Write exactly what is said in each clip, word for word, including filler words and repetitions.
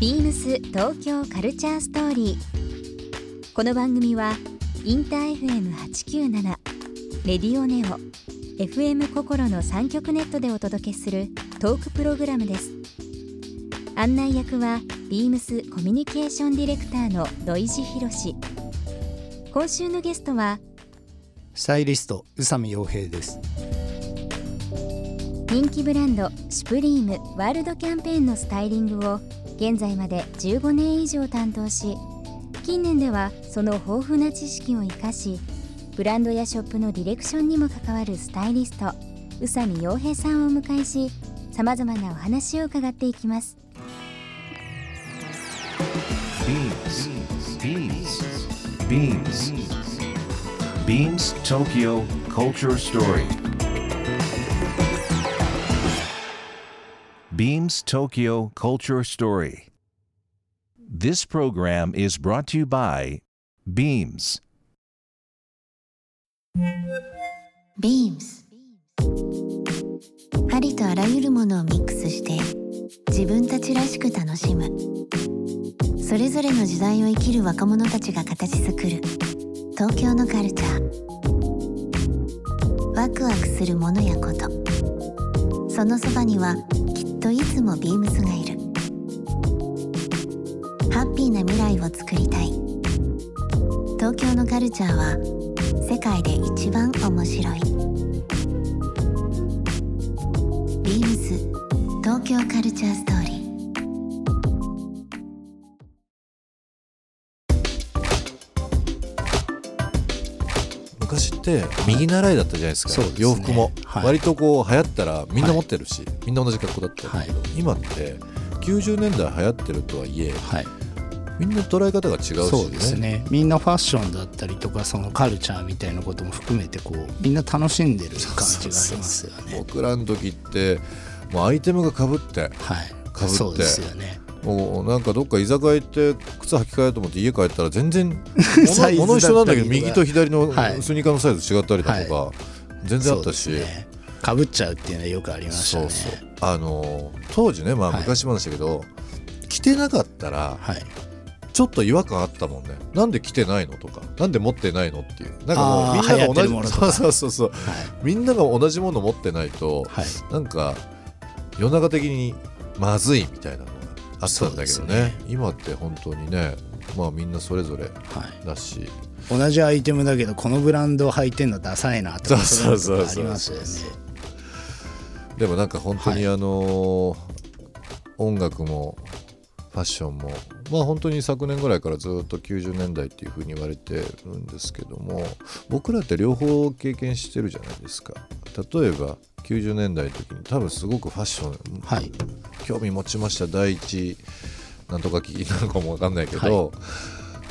ビームス東京カルチャーストーリー。この番組はインター エフエムはちきゅうなな、レディオネオ、エフエム 心のさん局ネットでお届けするトークプログラムです。案内役はビームスコミュニケーションディレクターの土井博志。今週のゲストはスタイリスト宇佐美洋平です。 人気ブランドシュプリームワールドキャンペーンのスタイリングを現在までじゅうごねん以上担当し、近年ではその豊富な知識を生かし、ブランドやショップのディレクションにも関わるスタイリスト宇佐美洋平さんをお迎えし、さまざまなお話を伺っていきます。 ビームス ビームス ビームス Tokyo Culture Story。 Beams Tokyo Culture Story. This program is brought to you by Beams. Beams ありとあらゆるものをミックスして自分たちらしく楽しむ、それぞれの時代を生きる若者たちが形作る東京のカルチャー。ワクワクするものやこと、そのそばにはきっといつもビームスがいる。ハッピーな未来を作りたい。東京のカルチャーは世界で一番面白い。ビームス東京カルチャーストーリー。 昔って右習いだったじゃないですか、 はい、そうですね、 洋服も、はい、割とこう流行ったらみんな持ってるし、はい、みんな同じ格好だったんだけど、はい、今ってきゅうじゅうねんだい流行ってるとはいえ、はい、みんな捉え方が違うしね。 そうですね、みんなファッションだったりとかそのカルチャーみたいなことも含めてこうみんな楽しんでる感じがありますよね。そうそうそう、 僕らの時ってもうアイテムが被って、はい、被ってそうですよね。 もうなんかどっか居酒屋行って靴履き替えようと思って家帰ったら全然物一緒なんだけど右と左のスニーカーのサイズ違ったりだとか、はい、全然あったし、 ね、かぶっちゃうっていうのはよくありましたね。 そうそう、あの当時ね、まあ昔話だけど、はい、着てなかったら、はい、ちょっと違和感あったもんね。なんで着てないのとか、なんで持ってないのっていう、なんかもうみんなが同じものとか、そうそうそう、はい、みんなが同じもの持ってないと、はい、なんか世の中的にまずいみたいなのがあったんだけど ね, ね今って本当にね、まあみんなそれぞれだし、はい、 同じアイテムだけどこのブランドを履いてんのダサいなとか、そうそうそうそう、ありますよね。 でもなんか本当にあの、はい、音楽もファッションもまあ本当に昨年ぐらいからずっときゅうじゅうねんだいっていう風に言われてるんですけども、僕らって両方経験してるじゃないですか。例えばきゅうじゅうねんだいの時に多分すごくファッション、はい、興味持ちました。第一なんとか機器なのかも分かんないけど、はい、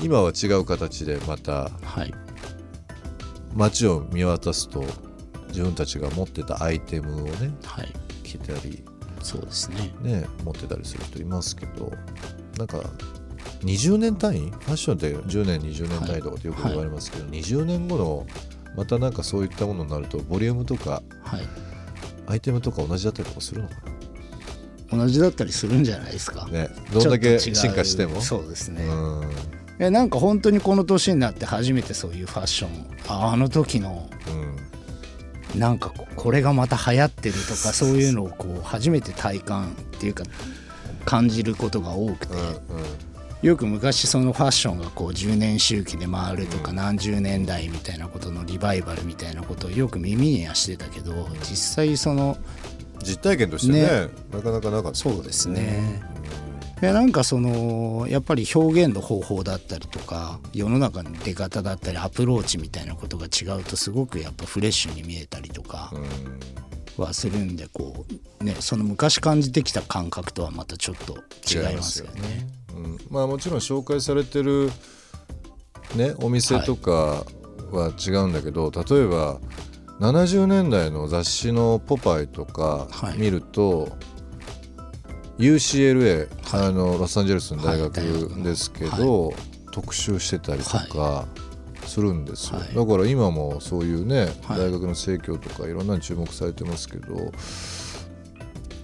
今は違う形でまた、はい、街を見渡すと自分たちが持ってたアイテムをね、はい、着たり、 そうですね、 ね、持ってたりする人いますけど、なんかにじゅうねん単位、ファッションってじゅうねんにじゅうねん単位とかってよく言われますけど、はいはい、にじゅうねんごのまたなんかそういったものになるとボリュームとか、はい、アイテムとか同じだったりとかするのかな。 同じだったりするんじゃないですか、 ね、どんだけ進化しても。 そうですね、うん、えなんか本当にこの年になって初めてそういうファッション、 あ, あの時の、うん、なんかこれがまた流行ってるとかそういうのをこう初めて体感っていうか感じることが多くて、うんうん、よく昔そのファッションがこうじゅうねん周期で回るとか、何十年代みたいなことのリバイバルみたいなことをよく耳にはしてたけど、実際その実体験としてね、ね、なかなかなかった。 そうですね、うん、でなんかそのやっぱり表現の方法だったりとか世の中の出方だったりアプローチみたいなことが違うとすごくやっぱフレッシュに見えたりとかはするんで、こう、ね、その昔感じてきた感覚とはまたちょっと違いますよね。違いますよね、 うん、まあもちろん紹介されてる、ね、お店とかは違うんだけど、はい、例えばななじゅうねんだいの雑誌のポパイとか見ると、はい、ユーシーエルエー、はい、あのロサンゼルスの大学ですけど、はい、特集してたりとかするんですよ、はい、だから今もそういうね、はい、大学の生協とかいろんなに注目されてますけど、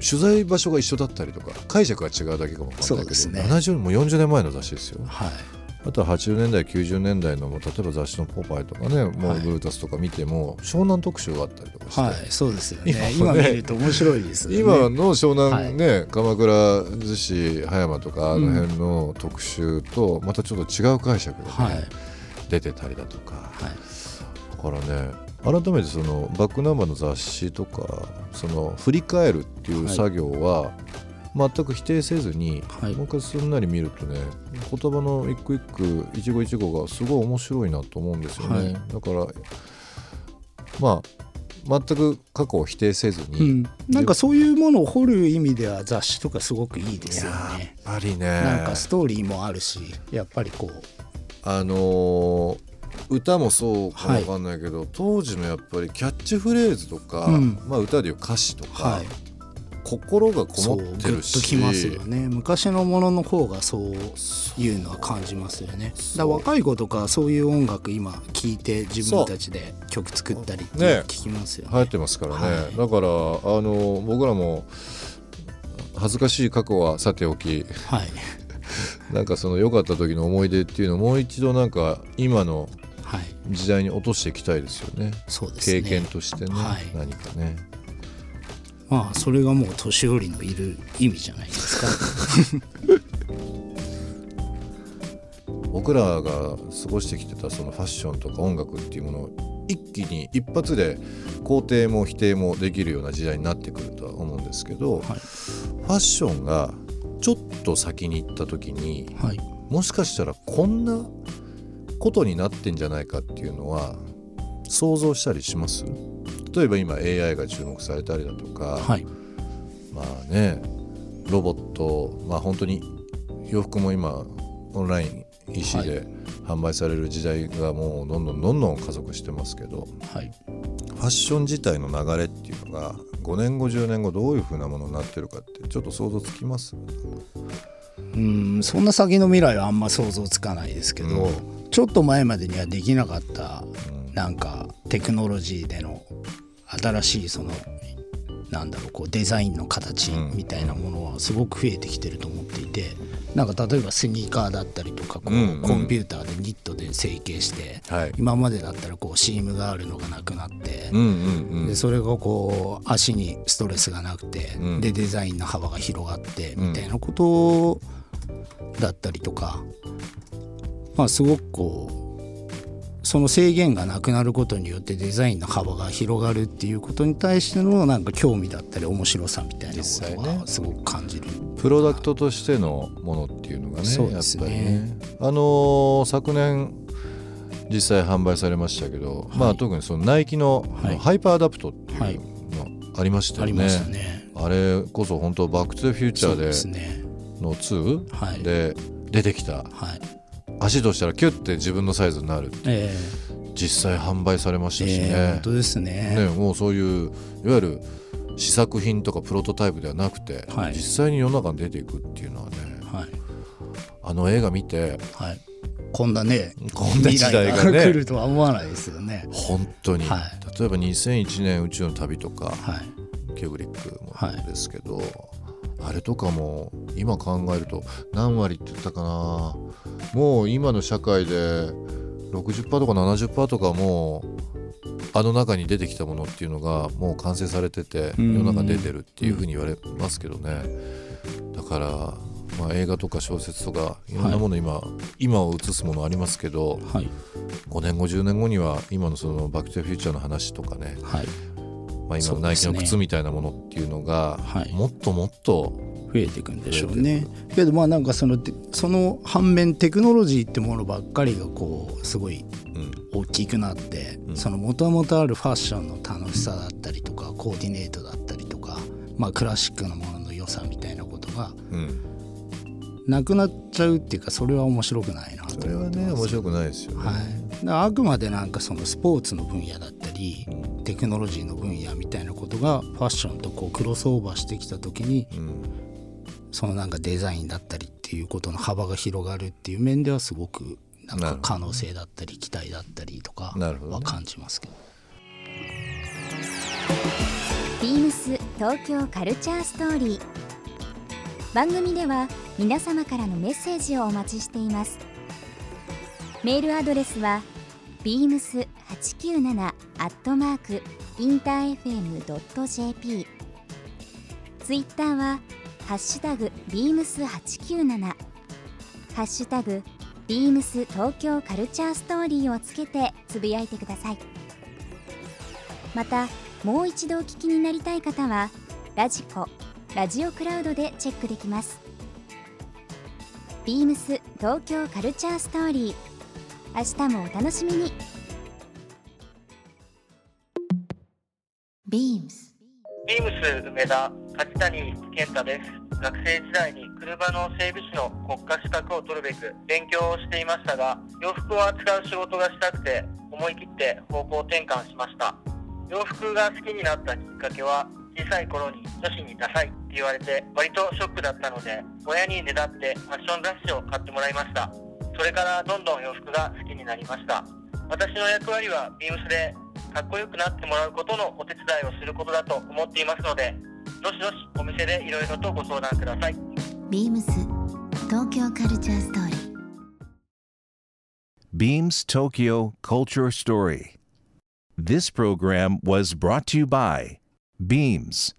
取材場所が一緒だったりとか解釈が違うだけかも分かんないけど、 そうですね、 ななじゅうもうよんじゅうねんまえの雑誌ですよ。 はい、 あとははちじゅうねんだいきゅうじゅうねんだいのもう例えば雑誌のポパイとかね、もうブルータスとか見ても湘南特集があったりとかして、 はい、そうですよね。 今ね今見ると面白いですよね。 今の湘南ね、はい、鎌倉逗子葉山とかあの辺の特集とまたちょっと違う解釈で、ね、はい、出てたりだとか、はい、だからね改めてそのバックナンバーの雑誌とかその振り返るっていう作業は全く否定せずに、はい、もう一回すんなり見るとね言葉の一句一句一語一語がすごい面白いなと思うんですよね、はい、だからまあ全く過去を否定せずに、うん、 なんかそういうものを掘る意味では雑誌とかすごくいいですよね。 やっぱりねなんかストーリーもあるしやっぱりこうあのー歌もそうかも分かんないけど、はい、当時のやっぱりキャッチフレーズとか、うん、まあ、歌でいう歌詞とか、はい、心がこもってるし、 グッときますよね。昔のものの方がそういうのは感じますよね。だから若い子とかそういう音楽今聴いて自分たちで曲作ったりって聞きますよね。 流行ってますからね、はい、だからあの僕らも恥ずかしい過去はさておき、はい、なんかその良かった時の思い出っていうのをもう一度なんか今の時代に落としていきたいですよね。そうですね、経験としてね、はい、何かね。 まあそれがもう年寄りのいる意味じゃないですか僕らが過ごしてきてたそのファッションとか音楽っていうものを一気に一発で肯定も否定もできるような時代になってくるとは思うんですけど、はい、ファッションがちょっと先に行った時に、はい、もしかしたらこんなことになってんじゃないかっていうのは想像したりします？例えば今 エーアイ が注目されたりだとか、はい、まあねロボット、まあ本当に洋服も今オンライン イーシー で販売される時代がもうどんどんどんどん加速してますけど、はい、ファッション自体の流れっていうのがごねんごじゅうねんごどういう風なものになってるかってちょっと想像つきます？ うん、そんな先の未来はあんま想像つかないですけど、うん、ちょっと前までにはできなかった、うん、なんかテクノロジーでの新しいそのなんだろうこうデザインの形みたいなものはすごく増えてきてると思っていて、なんか例えばスニーカーだったりとかこうコンピューターでニットで成形して、今までだったらこうシームがあるのがなくなって、でそれがこう足にストレスがなくて、でデザインの幅が広がってみたいなことだったりとか、まあすごくこうその制限がなくなることによってデザインの幅が広がるっていうことに対してのなんか興味だったり面白さみたいなことはすごく感じる、ね、 プロダクトとしてのものっていうのがね、 そうですね、 やっぱりね、あのー、昨年実際販売されましたけど、はい、まあ、特にそのナイキのハイパーアダプトっていうのありましたよね、はい、ありましたね。あれこそ本当バックトゥザフューチャーでのツーで出てきた、はい、足としたらキュッて自分のサイズになるって、えー、実際販売されましたしね、 えー、本当ですね。 ね、もうそういういわゆる試作品とかプロトタイプではなくて、はい、実際に世の中に出ていくっていうのはね、はい、あの映画見て、はい、 こんなねこんな時代がね来るとは思わないですよね本当に、はい、例えばにせんいちねん宇宙の旅とか、はい、キューブリックもですけど、はい、あれとかも今考えると何割って言ったかな、もう今の社会で ろくじゅっパーセント とか ななじゅっパーセント とかもうあの中に出てきたものっていうのがもう完成されてて世の中に出てるっていうふうに言われますけどね。だから、まあ、映画とか小説とかいろんなもの今、はい、今を映すものありますけど、はい、ごねんごじゅうねんごには今のそのバックトゥザフューチャーの話とかね、はい、まあ、今のナイキの靴みたいなものっていうのがもっともっと増えていくんでしょうね。けどまあなんかそのその反面テクノロジーってものばっかりがこうすごい大きくなって、うん、その元々あるファッションの楽しさだったりとかコーディネートだったりとか、まあ、クラシックなものの良さみたいなことがなくなっちゃうっていうか、それは面白くないなと思ってます。 それはね面白くないですよね、はい、 だからあくまでなんかそのスポーツの分野だったり、うん、テクノロジーの分野みたいなことがファッションとこうクロスオーバーしてきた時に、うん、そのなんかデザインだったりっていうことの幅が広がるっていう面ではすごくなんか可能性だったり期待だったりとかは感じますけど。 ビームス東京カルチャーストーリー。番組では皆様からのメッセージをお待ちしています。メールアドレスは ビームスはちきゅうなな アットマーク インターエフエム ドット ジェーピー。 ツイッターはハッシュタグ ビームスはちきゅうなな、ハッシュタグビームス東京カルチャーストーリーをつけてつぶやいてください。またもう一度お聞きになりたい方はラジコ、ラジオクラウドでチェックできます。ビームス東京カルチャーストーリー、明日もお楽しみに。 ビームスビームス梅田梶谷健太です。学生時代に車の整備士の国家資格を取るべく勉強をしていましたが、洋服を扱う仕事がしたくて思い切って方向転換しました。洋服が好きになったきっかけは、小さい頃に女子にダサいって言われて割とショックだったので、親にねだってファッション雑誌を買ってもらいました。それからどんどん洋服が好きになりました。私の役割はビームスでかっこよくなってもらうことのお手伝いをすることだと思っていますので、どしどしお店でいろいろとご相談ください。 ビームス東京カルチャーストーリー。 Beams Tokyo Culture Story. This program was brought to you by Beams.